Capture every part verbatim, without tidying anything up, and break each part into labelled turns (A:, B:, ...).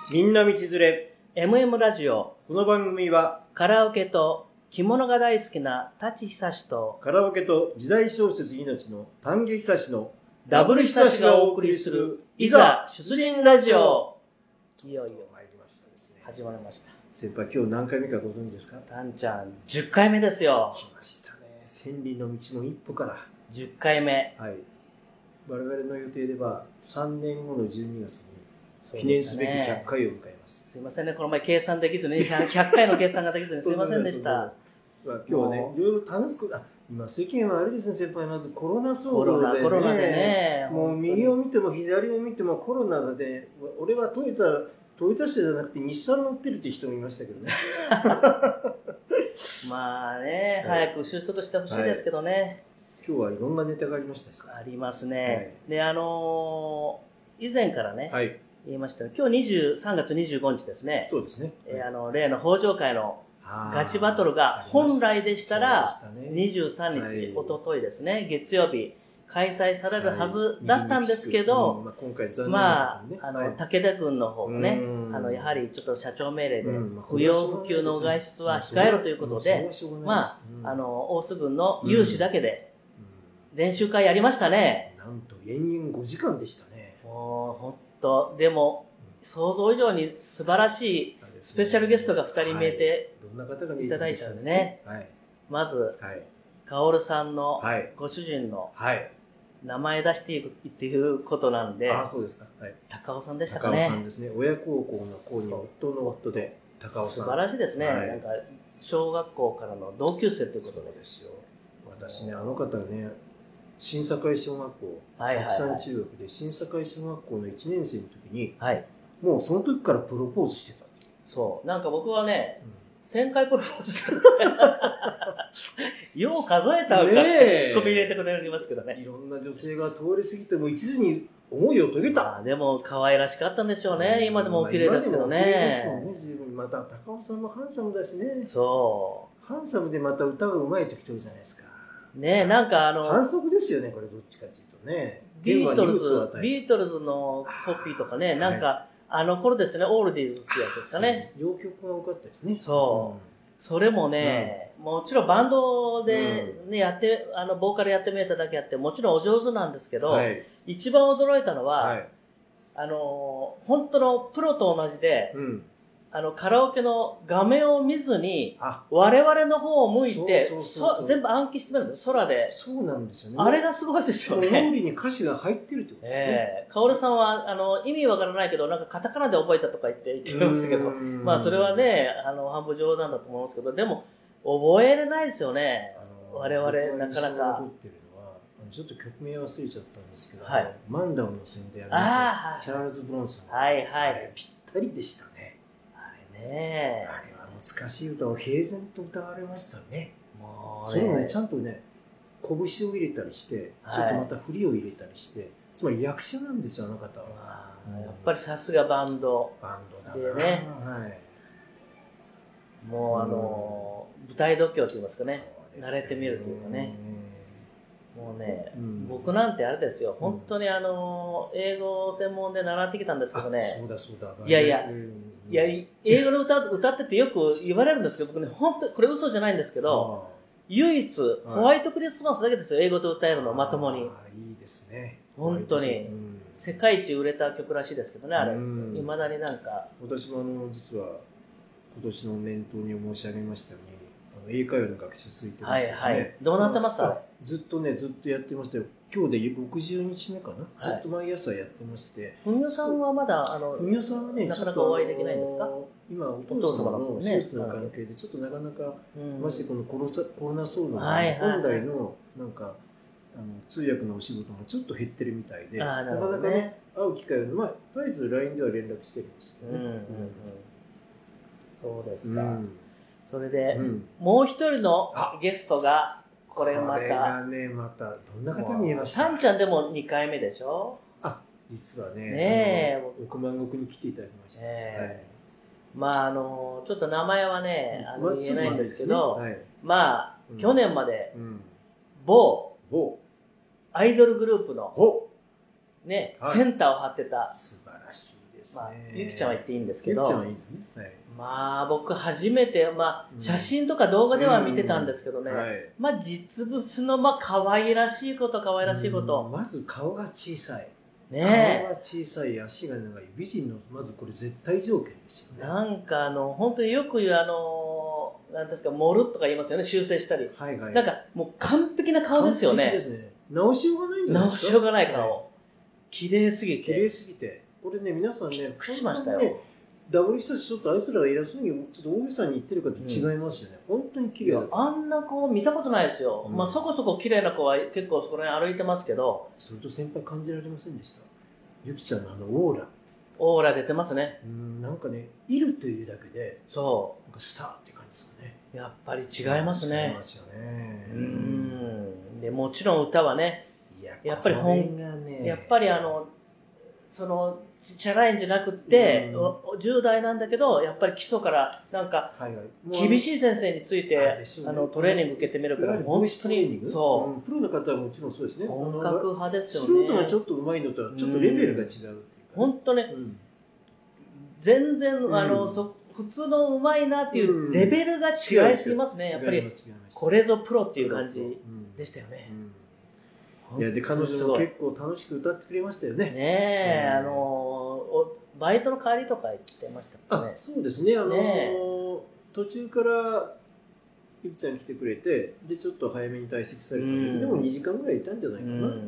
A: みんな道連れ
B: エムエム ラジオ。
A: この番組は
B: カラオケと着物が大好きな舘久志と
A: カラオケと時代小説命の丹下久志の
B: ダブル久志がお送りするいざ出陣ラジオ。いよいよ
A: 参りましたですね。
B: 始まりました。
A: 先輩、今日何回目かご存知ですか？
B: タンちゃんじゅっかいめですよ。
A: 来ましたね。千里の道の一歩から。
B: じゅっかいめ。
A: はい。我々の予定ではさんねんごのじゅうにがつに記念すべきひゃっかいを迎えます。
B: すいませんね、この前計算できずにひゃっかいの計算ができずにすいませんでした。
A: まあ、今日はね、いろいろ話すこと、あ、今世間はあれですね、先輩、まずコロナ騒
B: コロナ、
A: 動でね、
B: コロナでね、
A: もう右を見ても左を見てもコロナで、俺はトヨタ、トヨタ車じゃなくて日産乗ってるっていう人もいましたけどね。
B: まあね、はい、早く収束してほしいですけどね、はい。
A: 今日はいろんなネタがありましたですか？
B: ありますね。はい、で、あのー、以前からね、
A: はい、
B: 言いました今日さんがつにじゅうごにちですね。
A: そうですね。
B: えー、あの例の北条会のガチバトルが本来でしたらにじゅうさんにち、はい、おとといですね、月曜日開催されるはずだったんですけど、はい、まあ、今回残念なことにね、まあ、あの、はい、武田軍の方がね、あのやはりちょっと社長命令で不要不急の外出は控えろということで、まああの大須軍の有志だけで練習会やりましたね。
A: なんと延々ごじかんでしたね。
B: もう本当でも想像以上に素晴らしいスペシャルゲストがふたり見えていただいたんでね、はい、まず、はい、薫さんのご主人の名前出していくっていうことなんで、
A: あ、そうですか、はい、
B: 高尾さんでしたかね。
A: 高尾さんですね。親孝行の子に夫の夫で高尾さん、
B: 素晴らしいですね、はい、なんか小学校からの同級生ということで。
A: そうですよ。私ね、あの方ね、新堺小学校、白山中学で新堺小学校のいちねん生の時に、はい、もうその時からプロポーズしてた。
B: そう、なんか僕はね、うん、せんかいプロポーズしてた。よう数えたのかってツッコミ入れてくれますけどね。
A: いろんな女性が通り過ぎても一途に思いを遂げた。
B: まあ、でも可愛らしかったんでしょうね。うん、今でもお綺麗ですけどね。
A: 今でもお綺麗ですもんね、十分。また高尾さんもハンサムだしね。
B: そう。
A: ハンサムでまた歌がうまい時とるじゃないですか。
B: ね、なんかあの
A: 反則ですよね、これどっちかというとね。
B: ビートルズ、ビートルズのコピーとかね、なんか、はい、あの頃ですね、オールディーズってやつですかね。
A: 洋曲が多かったですね。
B: そう。うん、それもね、うん、もちろんバンドで、ね、やって、あの、ボーカルやってみえただけあって、もちろんお上手なんですけど、はい、一番驚いたのは、はい、あの、本当のプロと同じで、うん、あのカラオケの画面を見ずに我々の方を向いて全部暗記してみるんです。空で。
A: そうなんですよね。
B: あれがすごいですよね。
A: 脳裏に歌詞が入ってるってことですね。
B: ええー、カオルさんはあの意味わからないけどなんかカタカナで覚えたとか言って言ってましたけど、まあそれはね、あの半分冗談だと思うんですけど、でも覚えれないですよね。あの我々なかなか。
A: ちょっと曲名忘れちゃったんですけど、はい、マンダウンの宣伝やりました、チャールズ・ブロンソン。
B: はいはい。
A: ぴったりでしたね。
B: ね、
A: あれは難しい歌を平然と歌われましたね。もうね、それもね、ちゃんとね、拳を入れたりして、ちょっとまた振りを入れたりして、はい、つまり役者なんですよ、あの方は。
B: やっぱりさすがバンド。
A: バンドだ
B: でね。はい、もうあの、舞台度胸といいますかね、慣れてみるというかね。もうね、うん、僕なんてあれですよ、本当にあの、英語専門で習ってきたんですけどね。
A: そうだそうだ。
B: いやいや、うん、いや、英語の歌、歌っててよく言われるんですけど、僕ね、本当これ嘘じゃないんですけど、唯一、ホワイトクリスマスだけですよ、英語で歌えるの、まともに。
A: ああ、いいですね。
B: 本当に、うん、世界一売れた曲らしいですけどね、あれ。いまだになんか。
A: 私もあの、実は、今年の年頭に申し上げましたように、英会話の学習ついてましたしね、はいはい、
B: どうなってますか？
A: ずっとね、ずっとやってましたよ。今日でろくじゅうにちめかな、はい、ずっと毎朝やってまして。
B: ふみおさんはまだ、あの、
A: ふみおさんはね、
B: なかなかお会いできないんですか？
A: 今、お父様の手術の関係で、ちょっとなかなか、ましてこのコロナ騒動の本来の、なんか、あの通訳のお仕事もちょっと減ってるみたいで、なかなかね、会う機会は、まあ、とりあえず ライン では連絡してるんですよね。うんうんうん、
B: そうですか。うん、それで、うん、もう一人のゲストが、これまた。これ
A: がね、また、どんな方見えました？
B: さんちゃんでもにかいめでしょ？
A: あ、実はね、
B: ねえ、
A: 億万石に来ていただきました。ね、はい、
B: まあ、あの、ちょっと名前はね、あの言えないんですけど、ね、はい、まあ、うん、去年まで、うん、某、某、アイドルグループの、ね、はい、センターを張ってた。
A: 素晴らしいです
B: まあ、ゆきちゃんは言っていいんですけど、
A: ゆきちゃんはいいですね。はい、
B: まあ僕初めて、まあ、写真とか動画では見てたんですけどね、うんはい、まあ実物のまあ可愛らしいこと可愛らしいこと、
A: まず顔が小さい。ね、顔が小さい、足が長い、美人のまずこれ絶対条件ですよね。
B: なんかあの本当によく言うあのなんですか盛るとか言いますよね、修正したり、はいはい、なんかもう完璧な顔ですよね。完璧ですね。
A: 直しようがないんじゃないですか。
B: 直しようがない顔、はい、綺麗すぎて
A: 綺麗すぎてこれね皆さんねびっ
B: くりしましたよ。
A: ね、ダブルスタッシュちょっとあいつらが偉そうにちょっと大げさに言ってるかと違いますよね、うん、本当に綺麗だ。
B: あんな子見たことないですよ、うん、まあそこそこ綺麗な子は結構そこら辺歩いてますけど。
A: それと先輩感じられませんでした？ゆきちゃんのあのオーラ
B: オーラ出てますね。
A: うん、なんかねいるというだけで
B: そう
A: なんかスターって感じですよね。
B: やっぱり違いますね。
A: 違いますよね。
B: うんでもちろん歌はねや, やっぱり本がねやっぱりあのそのチャラいんじゃなくて、うん、じゅう代なんだけどやっぱり基礎からなんか厳しい先生について、はいはい、あのトレーニング受けてみるから本当にそう、
A: うん、プロの方はもちろんそうですね。
B: 本格派ですよね。
A: 素人がちょっと上手いのとはちょっとレベルが違うっていうか、ね、
B: 本当ね、うん、全然あの、うん、そ普通のうまいなっていうレベルが違いすぎますね、うん、やっぱりこれぞプロっていう感じでしたよね。
A: いやで彼女も結構楽しく歌ってくれましたよね。
B: ねえ、うん、あのバイトの帰りとか言ってましたね。
A: あ、そうですね。あのね途中からゆきちゃん来てくれてでちょっと早めに退席されたので、でもにじかんぐらいいたんじゃないかな。はい、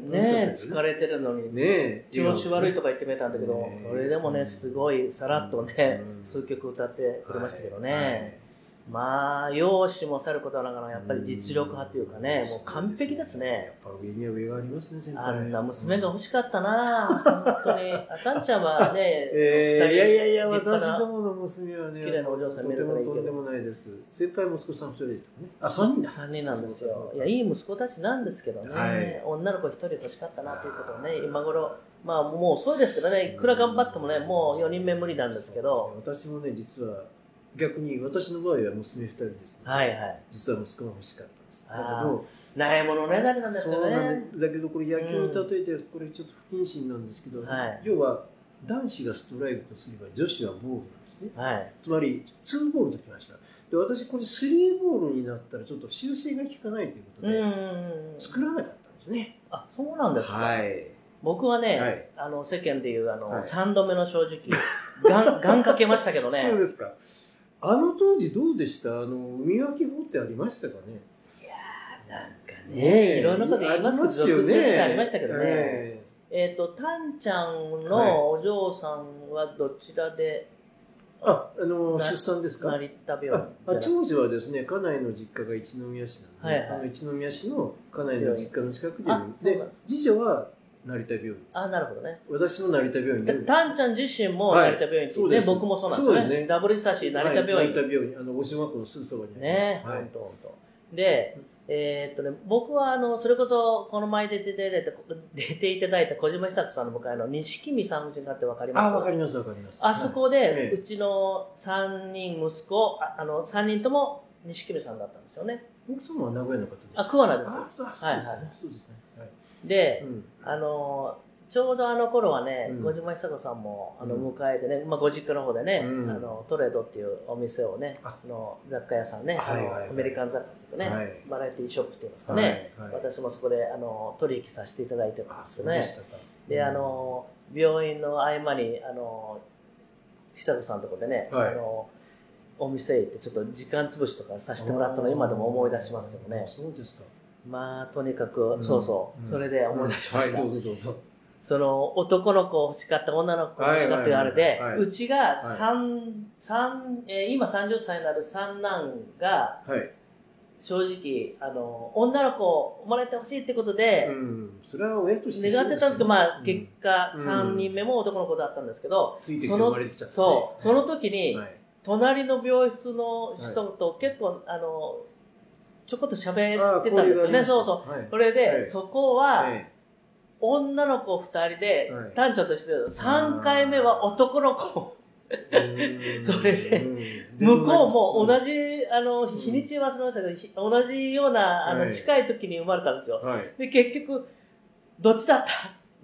B: ねえ疲れてるのにね調子悪いとか言ってみたんだけど、ね、それでもねすごいさらっとね、うん、数曲歌ってくれましたけどね。はいはい、まあ容姿もさることながらやっぱり実力派というかね、もう完璧ですね。
A: やっぱ上には上がありますね、先輩。
B: あんな娘が欲しかったな、本当に。あたんちゃんはね、
A: えー、いやいやいや、私どもの娘はね、
B: 綺麗なお嬢さん見るからいいけど。
A: とてもとんでもないです。先輩息子さんふたりでしたかね。
B: あ、さんにんだ。さんにんなんですよ。いや、いい息子たちなんですけどね、はい、女の子ひとり欲しかったなということをね、今頃、まあもうそうですけどね、いくら頑張ってもね、もうよにんめ無理なんですけど。
A: 私もね、実は、逆に私の場合は娘ふたりですので、はいはい、実は息子が欲しかったんです。だけど
B: ないものねだりなんですよね。
A: そうだけどこれ野球に例えてこれちょっと不謹慎なんですけど、うん、要は男子がストライクとすれば女子はボールなんですね、はい、つまりツーボールときました。で私これスリーボールになったらちょっと修正が効かないということで作らなかったんですね。
B: あ、そうなんですか。はい、僕はね、はい、あの世間でいうあの、はい、さんどめの正直がんがんかけましたけどね。
A: そうですか。あの当時どうでした？あの見分け法ってありましたかね？
B: いやーなんかね、いろんなこと言いますけど、俗説ってありましたけどね。えー、えーとたんちゃんのお嬢さんはどちらで？
A: あ、あの出産ですか？
B: 成田病院。
A: あ、長女はですね、家内の実家が一宮市なので、はいはい、あの一宮市の家内の実家の近くで、で次女は成田病院です。
B: あ、なるほどね。
A: 私も成田病院で。
B: たんちゃん自身も成田病院ってね、僕もそうなんですね。そうですね。ダブル久し成田病院。
A: 成田病院、あの、大島区のすぐそばにあります。
B: ね、ほんとほんと。で、えっとね、僕はあの、それこそ、この前出ていただいた、出ていただいた小島久子さんの向かいの錦見産婦人科ってわかります？
A: あ、わかります、わかります。
B: あそこで、うちのさんにん息子、あの、さんにんとも錦見さんだったんですよね。
A: 奥様は名古屋の方ですか？
B: あ、桑名です。
A: あ、そうですね。そうですね。
B: で、あの、ちょうどあの頃はね、うん、小島久子さんもあの迎えてね、うん、まあ、ご実家の方でね、うん、あのトレードっていうお店をね、あの雑貨屋さんね、はいはいはい、あのアメリカン雑貨っていうかね、はい、バラエティショップっていうんですかね、はいはい、私もそこであの取引させていただいてるんですよね。で、あの病院の合間にあの久子さんのとこでね、はい、あのお店行ってちょっと時間潰しとかさせてもらったのを今でも思い出しますけどね。
A: そうですか。
B: まあとにかく、そうそう、それで思い出しました。
A: はい、どうぞどうぞ。
B: その男の子欲しかった女の子欲しかったあれで、うちが三三えー、今さんじゅっさいになる三男が、はい、正直あの女の子生まれてほしいってことで、うん、
A: それは親として
B: 願ってたんですけど、まあ結果さんにんめも男の子だったんですけど、
A: ついてきて生まれてきちゃった、ね、
B: そう、その時に、はい、隣の病室の人と結構、はい、あのちょこっと喋ってたんですよね。そうそう。はい、それで、はい、そこは、はい、女の子ふたりで、はい、タンちゃんとしてさんかいめは男の子。それで、向こうも同じ、あの、日にち忘れましたけど、同じような、あの、近い時に生まれたんですよ。はい、で、結局、どっちだった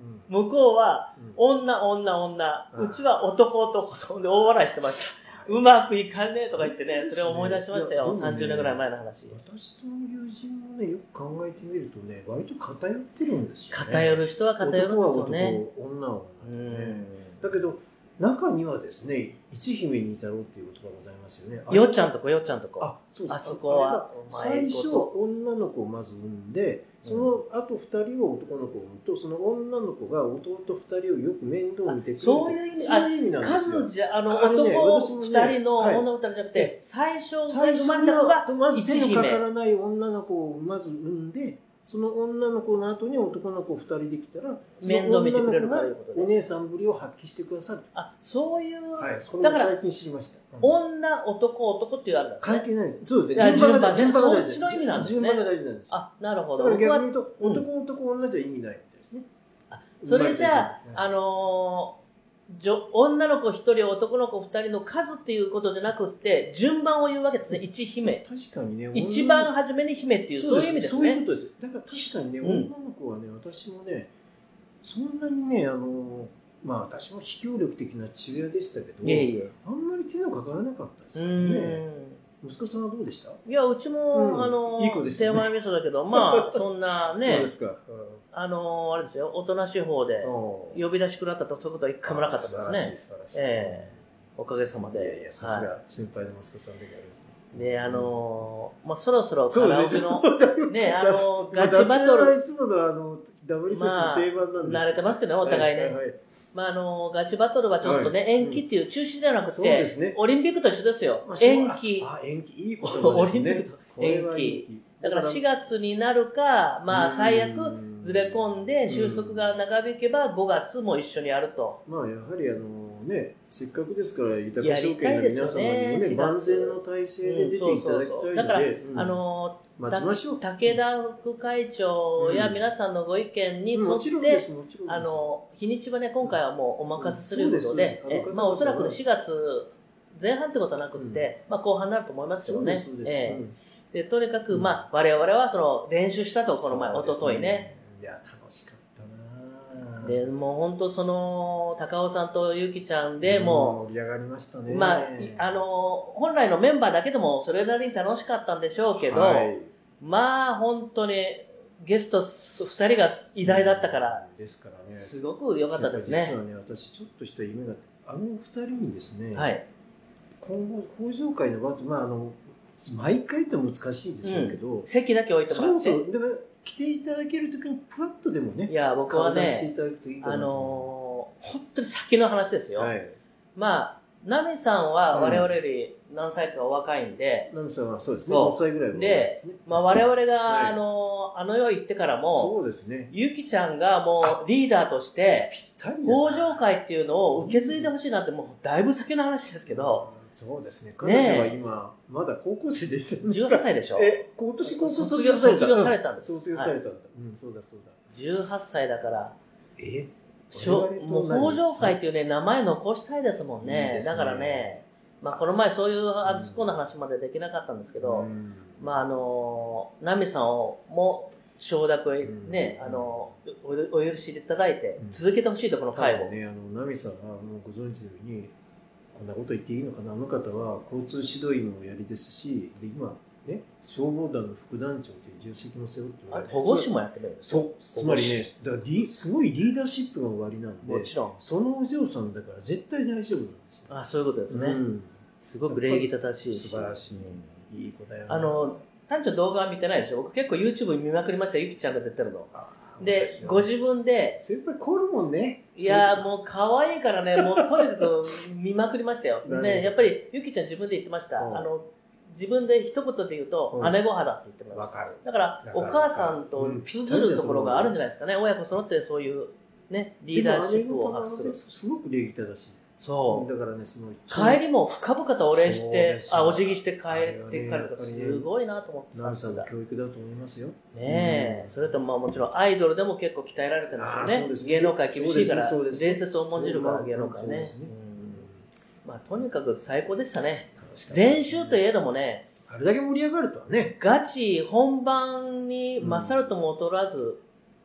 B: 向こうは女女女、うちは男男とで大笑いしてました。うまくいかんねえとか言ってね、それを思い出しましたよ、ね、さんじゅうねんぐらい前の話。
A: 私と友人もね、よく考えてみるとね、割と偏ってるんですよね。
B: 偏る人は偏るんですよね。
A: 男は男、女は女ね。だけど、中にはですね、一姫に至ろうっていう言葉ございますよね。
B: よっちゃんとこ、よっちゃんとこ。
A: あ、そうです。
B: あそこは
A: 最初女の子をまず産んで、その後二人を男の子を産むと、その女の子が弟二人をよく面倒見てくれる。
B: そういう意味、そういう意味なんですよ。数じゃあの男二人の女二人じゃなくて、最初が生まれたのが
A: まず手のかからない女の子をまず産んで。その女の子の後に男の子ふたりできたら、
B: 面倒見てくれるからいうことで、
A: お姉さんぶりを発揮してくださる。
B: あ、そういう、
A: はい、それを最近知りました。
B: 女、男、男っていうあるんですね。
A: 関係ない。そうですね。順番が順番が大事。
B: そっちの意味なんですね。
A: 順番が大事なんです。
B: あ、なるほど。
A: だから逆に言うと、男、男、女じゃ意味ないみたいですね。
B: それじゃあ、あの女の子一人、男の子二人の数っていうことじゃなくて、順番を言うわけですね。一姫。
A: 確かにね。
B: 一番初めに姫っていう、そういう意味ですね。
A: そういうことです。だから確かにね、女の子はね、私もね、そんなにね、あの、まあ私も非協力的な父親でしたけど、
B: いえいえ
A: あんまり手のかからなかったですよね。息子さんはどうでした？
B: いや、うちも、あの、手前味噌だけど、まあ、そんなね、
A: そうですか。
B: あの、あれですよ、おとなしい方で、呼び出しくらったとそういうことは一回もなかったですね。
A: 素晴らしい。
B: ええ、おかげさまで。
A: いやいや、さすが先輩の息子さんでありますね。
B: で、あの、まあ、そろそろカラオケの、ね、あの、ガチバトル。
A: いつものあの、ダブリューシーエス の定番なんです。
B: 慣れてますけどね、お互いね。まあ、あの、ガチバトルはちょっとね、延期っていう中止ではなくて、オリンピックと一緒ですよ。延期。
A: あ、延期。いいことですね。
B: オリンピックと延期。だからしがつになるか、まあ、最悪ずれ込んで収束が長引けばごがつも一緒にやると。
A: まあ、やはりあのね、せっかくですから豊か証券の皆様にもね、万全の体制で出ていただきたいので、
B: だから、あの、
A: 待ちましょう。
B: 武田副会長や皆さんのご意見に沿って、あの、日にちはね、今回はもうお任せすることで、まあ、おそらくしがつぜん半ってことはなくて、まあ、後半になると思いますけどね。で、とにかく、まあ、我々はその練習したと、この前、おとといね。
A: いや、楽しかったな。
B: で、もう本当その、高尾さんとゆきちゃんでも
A: う、盛り上がりましたね。
B: まあ、あの、本来のメンバーだけでもそれなりに楽しかったんでしょうけど、まあ、本当に、ゲストふたりが偉大だったから、
A: ですからね、
B: すごく良かったですね。
A: 実はね、私ちょっとした夢があって、あのふたりにですね、
B: はい、
A: 今後、工場会の場って、まあ、あの、毎回って難しいでしょうけど、
B: うん、席だけ置いてもらって。
A: そうそう。でも、来ていただけるときに、プラッとでもね、
B: いや、僕はね、
A: いい
B: あのー、本当に先の話ですよ。
A: はい、
B: まあ、ナミさんは我々より何歳かお若いんで、
A: ナミさんはそうですね、ごさいぐらい
B: ですね。で、まあ、我々が、はい、あの、あの世行ってからも、
A: そうですね。
B: ゆきちゃんがもうリーダーとして、工場会っていうのを受け継いでほしいなって、もうだいぶ先の話ですけど、
A: そうですね。彼女は今、まだ高校生でしたね。
B: じゅうはっさいでしょ。
A: え、今年高校
B: 卒業された。卒業されたんです。
A: 卒業されたんだ。うん、そうだそうだ。
B: じゅうはっさいだから、
A: え
B: もう工場会っていうね、名前残したいですもんね。だからね、まあこの前そういうあずこの話までできなかったんですけど、まああの、ナミさんをもう承諾ね、あの、お許しいただいて、続けてほしいと、この会を。
A: ね、あの、ナミさんはもうご存知のように、こんなこと言っていいのかな、あの方は交通指導員もおやりですし、で今、ね、消防団の副団長という重責も背負っておられて、
B: 保護司もやってるんです
A: よ。そう、つまりね、だからリすごいリーダーシップがおありなんで、
B: もちろん
A: そのお嬢さんだから絶対大丈夫なんですよ。
B: あ、そういうことですね。うん、すごく礼儀正しいし。
A: 素晴らしい。いい子だよね。
B: あの、単調動画は見てないでしょ。僕結構 YouTube 見まくりました、ゆきちゃんが出てるの。で、ご自分で。
A: 先輩凝るもんね。
B: いや、もう可愛いからね、もうとにかく見まくりましたよ。ね、やっぱりゆきちゃん自分で言ってました。あの、自分で一言で言うと、姉御肌って言ってました。だから、お母さんと通ずるところがあるんじゃないですかね。親子揃ってそういう、ね、リーダーシップを発する。
A: すごく礼儀正しい。
B: そう。
A: だからね、その
B: 帰りも深々とお礼して、あ、お辞儀して帰って帰るとか、すごいなと思って。
A: ナミさんの教育だと思いますよ。
B: ねえ、それとまあもちろんアイドルでも結構鍛えられてますよね。芸能界厳しいから、伝説を重んじるから芸能界ね。まあとにかく最高でしたね。練習といえどもね、
A: あれだけ盛り上がるとはね。
B: ガチ本番に勝るとも劣らず、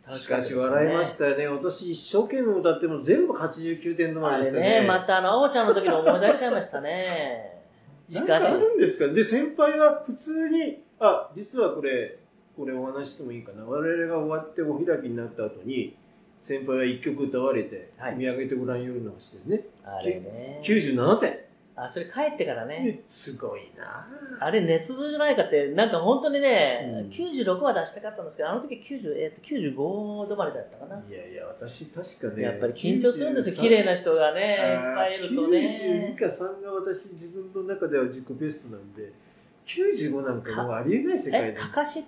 A: しかし笑いましたよね。私一生懸命歌っても全部はちじゅうきゅうてん止まりでしたね。
B: あれね、またあの、あおちゃんの時の思い出しちゃいましたね。
A: しかし。なんかあるんですか？で、先輩は普通に、あ、実はこれ、これお話してもいいかな。我々が終わってお開きになった後に、先輩は一曲歌われて、はい、見上げてごらん夜の星ですね。
B: あれね。
A: きゅうじゅうななてん。
B: あ、それ帰ってからね。
A: すごいな。
B: あれ、捏造じゃないかって、なんか本当にね、うん、きゅうじゅうろくは出したかったんですけど、あの時きゅうじゅう、えー、きゅうじゅうご止まりだったかな。
A: いやいや、私確かね。
B: やっぱり緊張するんですよ、綺麗な人がね、いっぱいいるとね。
A: きゅうじゅうにかさんが私、自分の中では自己ベストなんで、きゅうじゅうごなんかもうありえない世界で。
B: え、かかしって、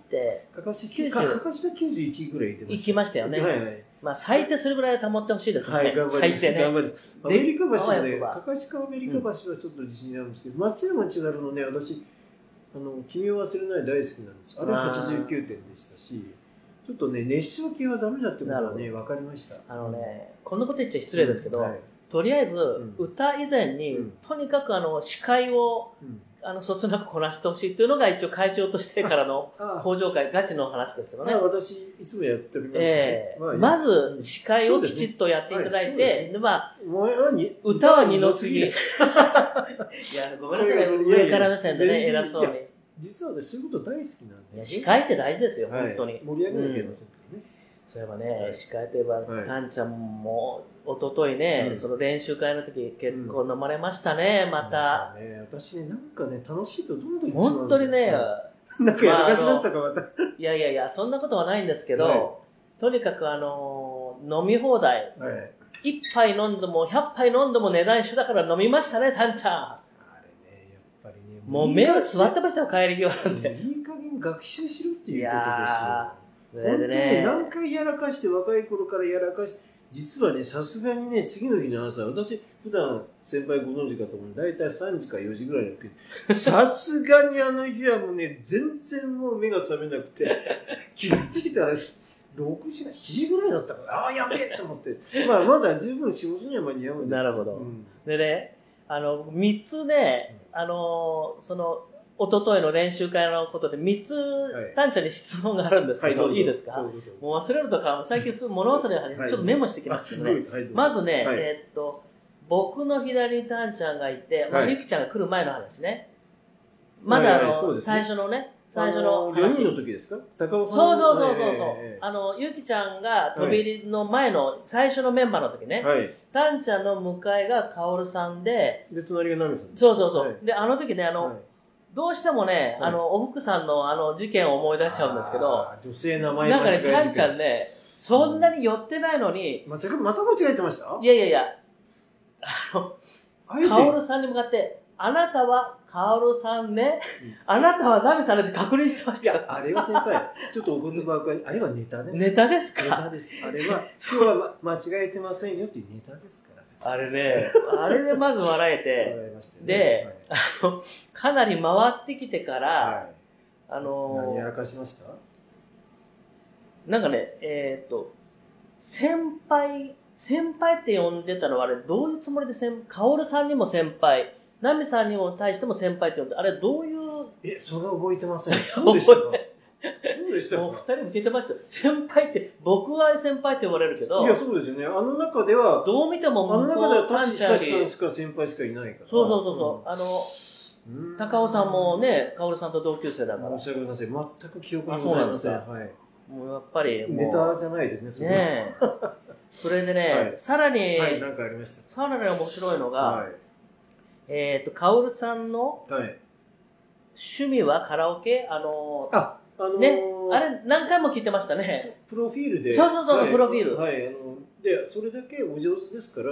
A: かかしきゅうじゅう、かかしがきゅうじゅういちぐらいいってました。
B: 行きましたよね。
A: はいはい。
B: まあ、最低それぐらい保ってほしいですね。
A: はい、頑張ります。
B: 最低ね。
A: 頑張ります。アメリカ橋ね、かかしかアメリカ橋はちょっと自信あるんですけど、松山千春のね、私、あの、君を忘れない大好きなんです。あれははちじゅうきゅうてんでしたし、ちょっとね、熱唱系はダメだってことはね、分かりました。
B: あのね、こんなこと言っちゃ失礼ですけど、とりあえず、歌以前に、とにかくあの、司会を、あの、そつなくこなしてほしいというのが一応会長としてからの工場会、ガチの話ですけどね。
A: 私、いつもやっております、ね。
B: えーまあ、まず、司会をきちっとやっていただいて、で、ね、まあ、歌は二の次。いや、ごめんなさい、上から目線でね、偉そうに。
A: 実は私、そういうこと大好きなんで、ね。
B: 司会って大事ですよ、本当に。
A: 盛り上げなきゃいけませんからね。
B: そういえばね、司会といえば、タンちゃんも、一昨日ね、その練習会の時、結構飲まれましたね、また。
A: 私ね、なんかね、楽しいとどんどん
B: 本当にね、
A: なんかやらかしましたか、また。
B: いやいやいや、そんなことはないんですけど、とにかくあの、飲み放題。一杯飲んでも、百杯飲んでも値段一緒だから飲みましたね、タンちゃん。あ
A: れね、やっぱりね。
B: もう目を座ってましたよ、帰り際なんで。
A: いい加減学習しろっていうことですよ。本当にね、何回やらかして、若い頃からやらかして、実はね、さすがにね、次の日の朝、私、普段先輩ご存知かと思う、だいたいさんじかよじぐらいの時、さすがにあの日はもうね、全然もう目が覚めなくて、気がついたら、ろくじかしちじぐらいだったから、ああ、やべえと思って、まあ、まだ十分仕事には間に合うんです
B: なるほど。うん、でね、あの、みっつね、あの、その、一昨日の練習会のことでみっつ、タンちゃんに質問があるんですけど、はい、いいですか？もう忘れるとか、最近すぐ物忘れの話、ちょっとメモしてきますね。はい、まずね、はい、えー、っと、僕の左にタンちゃんがいて、はい、まあ、ゆきちゃんが来る前の話ね。まだあの、はいはいね、最初のね、最初の話。
A: よにんの時ですか？高尾さん。
B: そうそうそうそう。えー、あの、ゆきちゃんが飛び入りの前の最初のメンバーの時ね。はい、タンちゃんの向かいがカオルさんで、
A: で、隣がナミさんです。
B: そうそうそう。はい、で、あの時ね、あの、はい、どうしてもね、あの、おふくさんのあの事件を思い出しちゃうんですけど、
A: 女性名前間違え事件。
B: なんかね、タンちゃんね、そんなに寄ってないのに、
A: また間違えてました？
B: いやいやいや、あの、カオルさんに向かって、あなたはカオルさんね、うん、あなたはナミさんねって確認してました。いや、
A: あれは先輩、ちょっとお言葉が、あれはネタです。
B: ネタですか？
A: ネタです。あれは、今日は間違えてませんよっていうネタですから。
B: あれね、あれでまず笑えて、
A: 笑いましたね、
B: で、はい、あの、かなり回ってきてから、はい、あの
A: ー、何やらかしました？
B: なんかね、えー、っと、先輩、先輩って呼んでたのはあれ、どういうつもりで先輩、カオルさんにも先輩、ナミさんにも対しても先輩って呼んで、あれどういう。
A: え、それは覚えてません。そうでしたか？そうでしたか？
B: もう二人も聞いてました。先輩って、僕は先輩って呼ばれるけど。
A: いや、そうですよね。あの中では、
B: どう見ても
A: あの中ではタチシタチさんしか先輩しかいないから。
B: そうそうそうそう。うん、あの、高尾さんもね、カオルさんと同級生だから。
A: 申し訳ございません。全く記憶にございません。はい。
B: もうやっぱりもう。
A: ネタじゃないですね、それ
B: ねそれでね、はい、さらに、
A: はい、なんかありました。
B: さらに面白いのが、はい、えっと、カオルさんの趣味はカラオケ？あのー、
A: あ、あのー、
B: ね、あれ何回も聞いてましたね。
A: プロフィールで。
B: そうそうそう、
A: はい、
B: プロフィール。
A: はい、あの、で、それだけお上手ですから、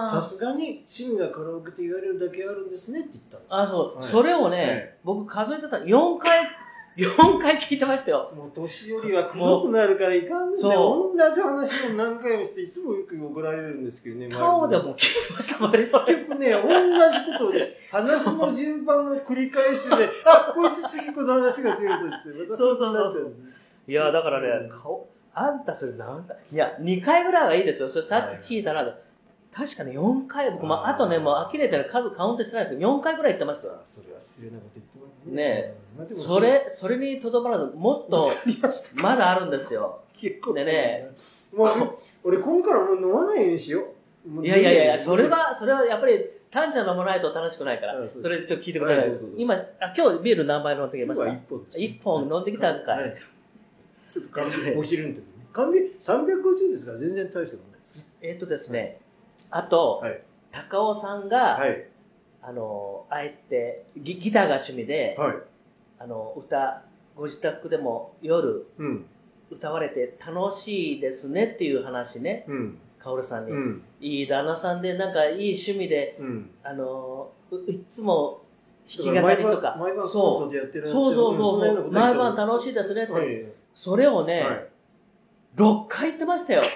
A: さすがに趣味がカラオケって言われるだけあるんですねって言ったんです。
B: あ、そう。はい、それをね、はい、僕数えてたらよんかい、よんかい聞いてましたよ。
A: もう年寄りは黒くなるからいかんですね。同じ話を何回もして、いつもよく怒られるんですけどね。
B: 顔でも聞いてました、
A: 結局ね、同じことで、話の順番の繰り返しで、あ、こいつ次この話が出るとして、またそうなっちゃうんですね。
B: いや、だからね、うん、顔、あんたそれ何回、いや、にかいぐらいはいいですよ。それさっき聞いたら、はいはい、確かによんかい、僕もあとね、もう呆れてる数カウントしてないですけど、よんかいぐらい言ってますよ。
A: それは失礼なこと言ってます
B: ね。ねえ、それ、それにとどまらず、もっと、まだあるんですよ。
A: 結構
B: でね、
A: もう俺今からもう飲まないようにしよう。
B: いやいやいや、それは、それはやっぱり、タンちゃん飲まないと楽しくないから、それちょっと聞いてください。今、あ、今日ビール何杯飲んできました？
A: 今日は一本です。
B: 一本飲んできたんかい。
A: ちょっと缶ビール、お昼の時に。缶ビールさんびゃくごじゅうですから全然大したことない。
B: えっとですね、あと、高尾さんが、あの、あえてギ、ギターが趣味で、あの、歌、ご自宅でも夜、歌われて楽しいですねっていう話ね、カオルさんに、うん、いい旦那さんでなんかいい趣味で、うん、あのいつも弾き語りとか、
A: 毎晩コンサートやってるんですよ。
B: そうそうそうそう、毎晩楽しいですねって、はい、それをね、はい、ろっかい言ってましたよ。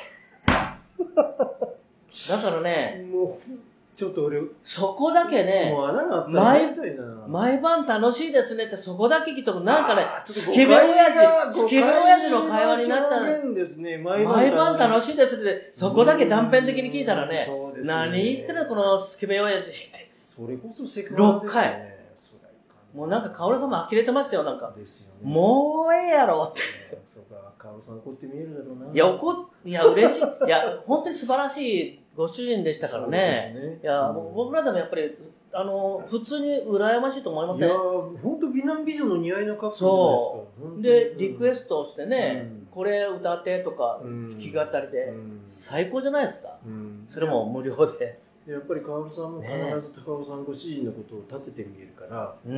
B: だからね、
A: もうちょっと俺
B: そこだけね、
A: もう穴があったらみたいな。
B: 毎晩楽しいですねってそこだけ聞いてもなんかね、スケベ親父、スケベ親父の会話になっちゃう。
A: ですね、
B: 毎晩楽しいですって、そこだけ断片的に聞いたらね、何言ってるのこのスケベ親父って。
A: それこそセクハラですよね。ろっかい。
B: もうなんか、カオルさんも呆れてましたよ、なんか。ですよね。もうええやろって。
A: そうか、カオルさん怒って見えるだろうな。
B: いや、怒っ、いや、嬉しい。いや、本当に素晴らしいご主人でしたからね。そうですね。いや、もう僕らでもやっぱり、あの、普通に羨ましいと思いません？いや、
A: 本当美男美女の似合いのカップルじゃない
B: ですか。で、リクエストをしてね、これ歌ってとか、弾き語りで、最高じゃないですか。それも無料で。
A: やっぱり薫さんも必ず高尾さんご主人のことを立てて見えるから、うん、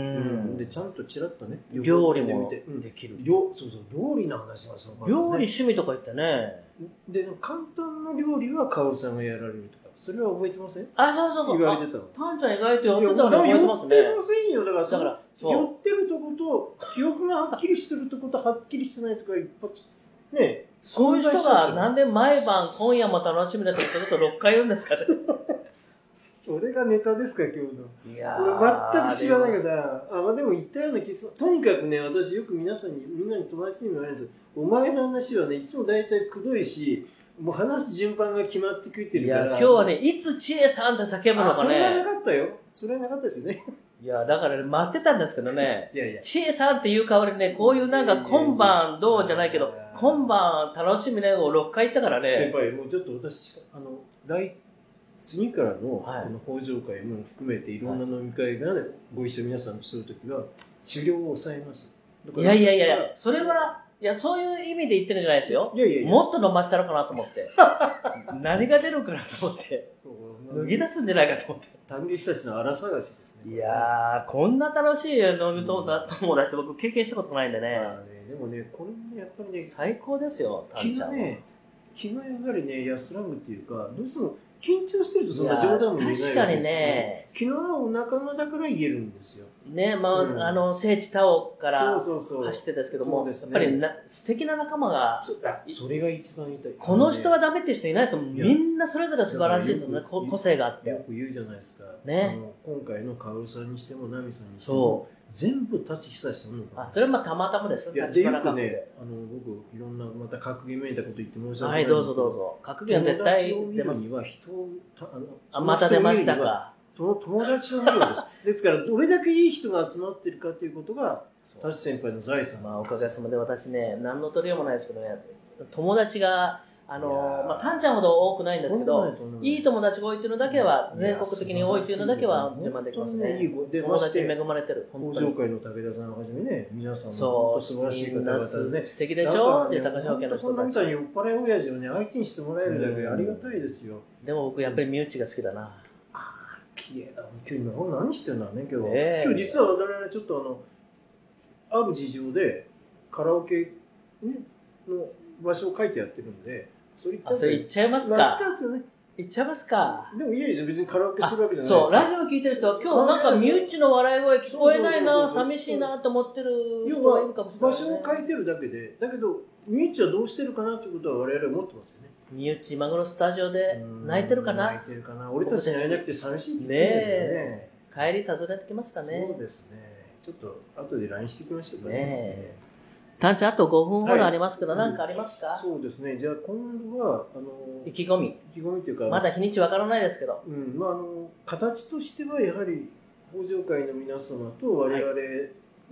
A: でちゃんとちらっとね
B: 料理もできる、
A: うん、料そうそう料理の話はそ
B: の、ね、料理趣味とか言ってね
A: で簡単な料理は薫さんがやられるとかそれは覚えてません？
B: あ、そうそうそう
A: 言われてたの。
B: タンちゃん意外と寄ってたの覚えてますね。
A: 寄ってませんよ。だからその寄ってるとこと記憶がはっきりしてるとことはっきりしてないとか一発ね
B: そういう人がなんで毎晩今夜も楽しみだってそれとろっかい言うんですかね。
A: それがネタですか、今日の。いやー全く知らないから、あ、まあでも言ったような気する。とにかくね、私よく皆さんに、みんなに友達にも言われるんですよ。お前の話はね、いつも大体くどいし、もう話す順番が決まってくれてるから。いや、
B: 今日はね、いつ知恵さんって叫ぶのかね。そ
A: れはなかったよ。それはなかったですよね。
B: いや、だから待ってたんですけどね。いやいや。知恵さんっていう代わりにね、こういうなんか今晩どうじゃないけど、今晩楽しみねをろっかい言ったからね。
A: 先輩、もうちょっと私、あの、来、次からのこの北条会も含めていろんな飲み会が、ね、ご一緒皆さんとするときは狩猟を抑えます。
B: いやいやいや、それは、いや、そういう意味で言ってるんじゃないですよ。いやいやいやもっと飲ましたろかなと思って。何が出るかなと思って。脱ぎ出すんじゃないかと思って。
A: 丹下久志の荒探しですね。
B: いやー、こんな楽しい飲み友達って僕経験したことないんでね。
A: でもね、これね、やっぱりね、
B: 最高ですよ、
A: 気がね、気がやはりね、安らぐっていうか、どうしても、緊張してるとそんな冗談も言えないわけですよ。
B: 確かにね。
A: 昨日はお仲間だから言えるんですよ。
B: ね、まあ、うん、あの、聖地タオから走ってですけども、そうそうそう、やっぱりな素敵な仲間が。
A: そ, それが一番言いたい。
B: この人はダメっていう人いないですよ。みんなそれぞれ素晴らしいですね。個性があって。
A: よく言うじゃないですか。
B: ね。
A: あの今回の薫さんにしても、奈美さんにしても、全部舘久志さんの。
B: あ、それはまあたまたまですよ。
A: いや、でよくね、あの、僕、いろんな、また格言めいたこと言って申し訳ないんですけど。
B: はい、どうぞどうぞ。格言は絶対出ます。
A: には人を、
B: あ、また出ましたか。
A: その友達の量です。ですから、どれだけいい人が集まってるかということが、舘先輩の財産。
B: まあ、おかげさまで私ね、何の取りようもないですけどね、友達が、あの、まあ、タンちゃんほど多くないんですけど、いい友達が多いっていうのだけは、全国的に多いっていうのだけは自慢できますね。友達に恵まれてる。
A: 北条会の武田さんをはじめね、皆さんも本当素晴らしい方々でね。
B: 素敵でしょ、で、高橋家の人たち。
A: そんなみたいに酔っ払い親父をね、相手にしてもらえるだけありがたいですよ。
B: でも僕、やっぱり身内が好きだな。
A: 綺麗だ。今日何してるんだね、今日。ね、今日実は我々ちょっとあの、ある事情でカラオケ、ね、の場所を書いてやってるんで、
B: それ行っちゃいますか。行っちゃいますか。
A: でもいいですよ、別にカラオケするわけじゃないです
B: そう、ラジオ聞いてる人は今日なんか身内の笑い声聞こえないな、寂しいなと思ってる人がいるかもしれない、ね。
A: 場所を書いてるだけで、だけど身内はどうしてるかなということは我々は思ってますよね。
B: 身内、今頃スタジオで泣いてるかな。
A: 泣いてるかな。俺たちに会えなくて寂しいって言ってるんだよね。
B: 帰り訪ねてきますかね。
A: そうですね。ちょっと後で ライン していきましょうかね。ね
B: タンちゃん、あとごふんほどありますけど、何、はい、かありますか？
A: そうですね。じゃあ今度は、あの、
B: 意気込み。
A: 意気込みというか、
B: まだ日にちわからないですけど。
A: うん、まあ、あの、形としてはやはり、北条会の皆様と我々、はい、ね、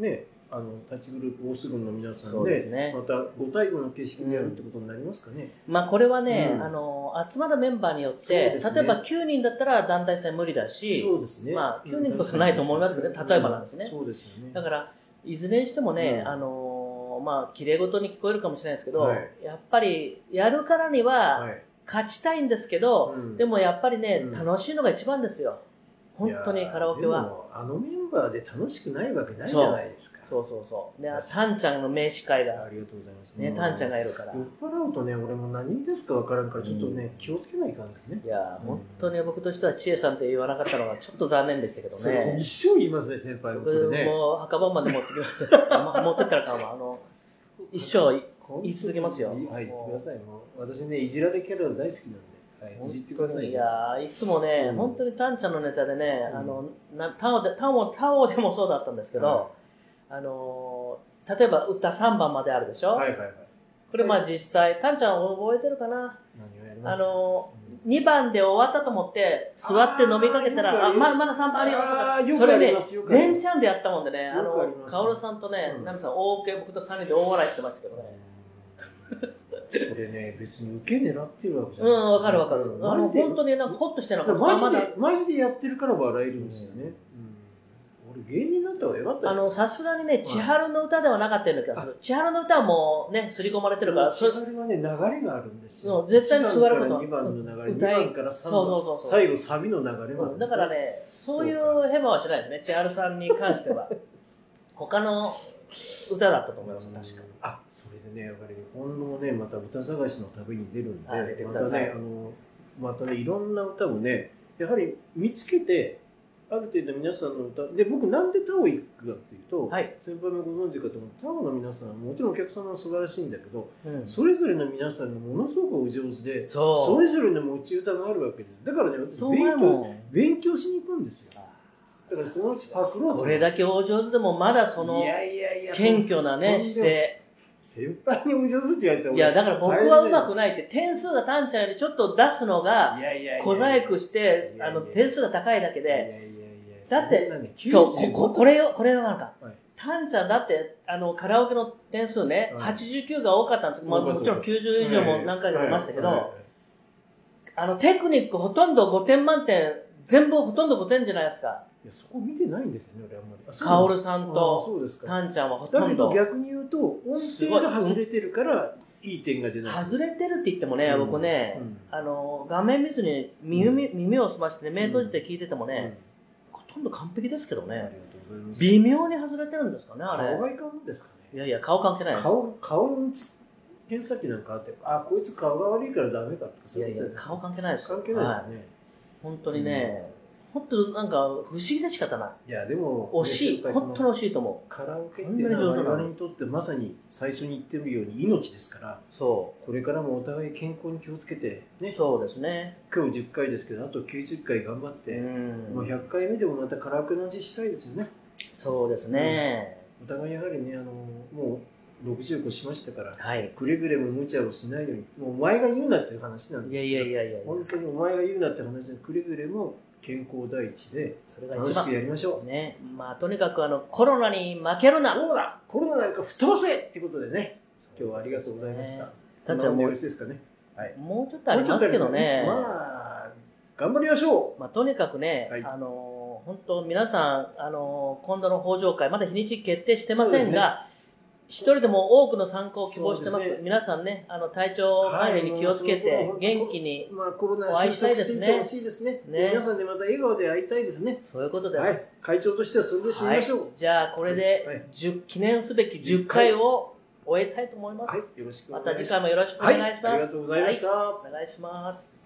A: あの立ちグループオース軍の皆さんで、ね、またご対ごの形式でやるってことになりますかね。
B: うん、まあこれはね、うん、あの集まるメンバーによって、ね、例えばきゅうにんだったら団体戦無理だし、
A: そうですね。
B: まあきゅうにんこそないと思いますけど、ね、例えばなんですね。
A: そうですよね。
B: だからいずれにしてもね、うん、あのまあ綺麗事に聞こえるかもしれないですけど、はい、やっぱりやるからには勝ちたいんですけど、はい、でもやっぱりね、うん、楽しいのが一番ですよ。本当にカラオケは。
A: でもあのメンバーで楽しくないわけないじゃないですか。
B: そうそうそうで、タンちゃんの名司会が
A: ありがとうございます
B: ね、タンちゃんがいるから
A: 酔っ払うとね、俺も何ですか分からんからちょっとね、うん、気をつけないかんですね。
B: いや、うん、本当に僕としては千恵さんって言わなかったのがちょっと残念でしたけどね。
A: 一生言いますね、先輩。
B: 僕ね、もう墓場まで持ってきます持ってったらかもあの一生言い続けますよ。
A: はい、言ってください。もう私ね、いじられキャラ大好きなんで。はい、いじってください。
B: いやいつもね、うん、本当にタンちゃんのネタでね、うん、あのなタオでタオタオでもそうだったんですけど、はい、あの例えば歌さんばんまであるでしょ。はいはいはい。これまあ実際タンちゃん覚えてるかな。
A: 何をやりました？
B: あの、うん、にばんで終わったと思って座って飲みかけたら、ああままださんばんあるよとか、それね連チャンでやったもんでね、あのカオルさんとね、ナミさん大受け僕とさんにんで大笑いしてましたけどね。
A: それね、別に受け狙ってるわけじゃ
B: ない。うん、わかるわかる。あの本当になんかホッとしてなかった。
A: マジでマジでやってるから笑えるんですよね。うん、俺芸人だった方がよかったですよ。
B: あのさすがにね、千春の歌ではなかったような気がする。千春の歌はもうね、刷り込まれてるから。
A: 千春はね、流れがあるんですよ。
B: 絶対に座ること。
A: にばんの流れ、にばんからさんばん、そうそうそう、最後サビの流れがある。
B: だからね、そういうヘマはしないですね、千春さんに関しては。他の歌だったと思います、確か。
A: あ、それでね、やっぱり今度もね、また歌探しの旅に出るんで、またね、あの、またね、いろんな歌をね、やはり見つけて、ある程度皆さんの歌、で、僕なんでタオ行くかっていうと、はい、先輩もご存知かと思う、タオの皆さんはもちろんお客様は素晴らしいんだけど、うん、それぞれの皆さんがものすごくお上手で、そ, それぞれの持ち歌があるわけです。だからね、私勉強、勉強しに行くんですよ。だからそのうちパクろうと。
B: これだけお上手でもまだその謙虚なね姿勢。
A: 先輩にお上手って言われたら、
B: いやだから僕はうまくないって点数がタンちゃんよりちょっと出すのが小細工してあの点数が高いだけで、だってそうここれをこれはなんかタンちゃんだってあのカラオケの点数ねはちじゅうきゅうが多かったんですけど、まあもちろんきゅうじゅう以上も何回か出ましたけど、あのテクニックほとんどごてん満点全部ほとんどごてんじゃないですか。
A: いやそこ見てないんですよね、俺あんまり。
B: カオルさんとタンちゃんはほとんど。
A: だけど逆に言うと音程が外れてるからいい点が出ない。
B: 外れてるって言ってもね、うん、僕ね、うん、あの画面見ずに耳、うん、耳を澄まして、ね、目閉じて聞いててもね、うん、ほとんど完璧ですけどね。微妙に外れてるんですかね、あれ。
A: 顔がいかんですかね。
B: いやいや、顔関係ないです。
A: 顔、顔の検査機なんかあって、あ、こいつ顔が悪いからダメかとか、
B: そういうことです。いやいや、顔関係ないです。
A: 関係ないですよね。
B: はい、本当にね、本当なんか不思議で仕方ない。
A: いやでも
B: 惜しい、本当に惜しいと思う。
A: カラオケっていうのは我々にとってまさに最初に言ってるように命ですから。そう。これからもお互い健康に気をつけてね。
B: そうですね。
A: 今日じゅっかいですけど、あときゅうじゅっかい頑張って、もうひゃっかいめでもまたカラオケの味したいですよね。
B: そうですね。
A: うん、お互いやはりね、あのもうろくじゅう越しましたから、はい、くれぐれも無茶をしないように。もうお前が言うなっていう話なんですけど。いやいやいやいや。本当にお前が言うなって話でくれぐれも。健康第一で楽しくやりましょう。
B: ね、まあとにかくあのコロナに負けるな。
A: そうだ。コロナなんか吹っ飛ばせっていうことでね。今日はありがとうございました。たっちゃんもよろしいですかね。はい。
B: もうちょっとありますけどね。
A: まあ頑張りましょ
B: う。まあとにかくね、はい、あの本当皆さんあの今度の法上会まだ日にち決定してませんが。一人でも多くの参加を希望してます。ね、皆さんね、あの体調管理に気をつけて、元気にお会いしたいですね。
A: 皆さんでまた笑顔で会いたいですね。
B: そういうことです。はい、
A: 会長としてはそれで締めましょう。はい、
B: じゃあこれでじゅう記念すべきじゅっかいを終えたいと思います。
A: はい、よろしくお願いします。
B: また次回もよろしくお願いします。はい、
A: ありがとうございました。
B: はい、お願いします。